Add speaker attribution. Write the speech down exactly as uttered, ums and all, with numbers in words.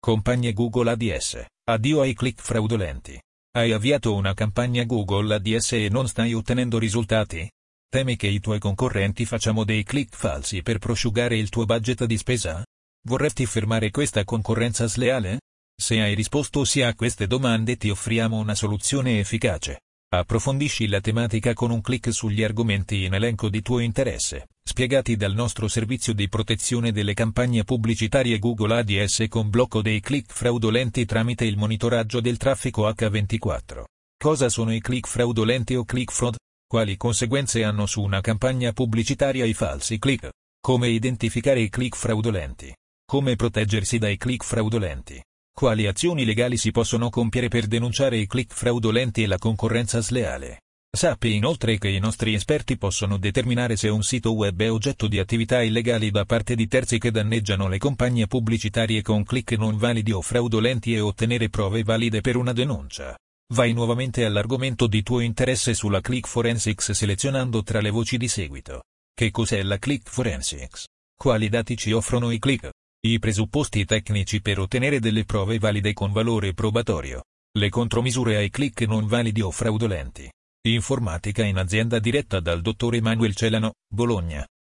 Speaker 1: Campagne Google A D S, addio ai click fraudolenti. Hai avviato una campagna Google A D S e non stai ottenendo risultati? Temi che i tuoi concorrenti facciano dei click falsi per prosciugare il tuo budget di spesa? Vorresti fermare questa concorrenza sleale? Se hai risposto sì a queste domande ti offriamo una soluzione efficace. Approfondisci la tematica con un click sugli argomenti in elenco di tuo interesse, spiegati dal nostro servizio di protezione delle campagne pubblicitarie Google A D S con blocco dei click fraudolenti tramite il monitoraggio del traffico acca ventiquattro. Cosa sono i click fraudolenti o click fraud? Quali conseguenze hanno su una campagna pubblicitaria i falsi click? Come identificare i click fraudolenti? Come proteggersi dai click fraudolenti? Quali azioni legali si possono compiere per denunciare i click fraudolenti e la concorrenza sleale? Sappi inoltre che i nostri esperti possono determinare se un sito web è oggetto di attività illegali da parte di terzi che danneggiano le campagne pubblicitarie con click non validi o fraudolenti e ottenere prove valide per una denuncia. Vai nuovamente all'argomento di tuo interesse sulla Click Forensics selezionando tra le voci di seguito. Che cos'è la Click Forensics? Quali dati ci offrono i click? I presupposti tecnici per ottenere delle prove valide con valore probatorio. Le contromisure ai click non validi o fraudolenti. Informatica in azienda diretta dal dottor Emanuel Celano, Bologna.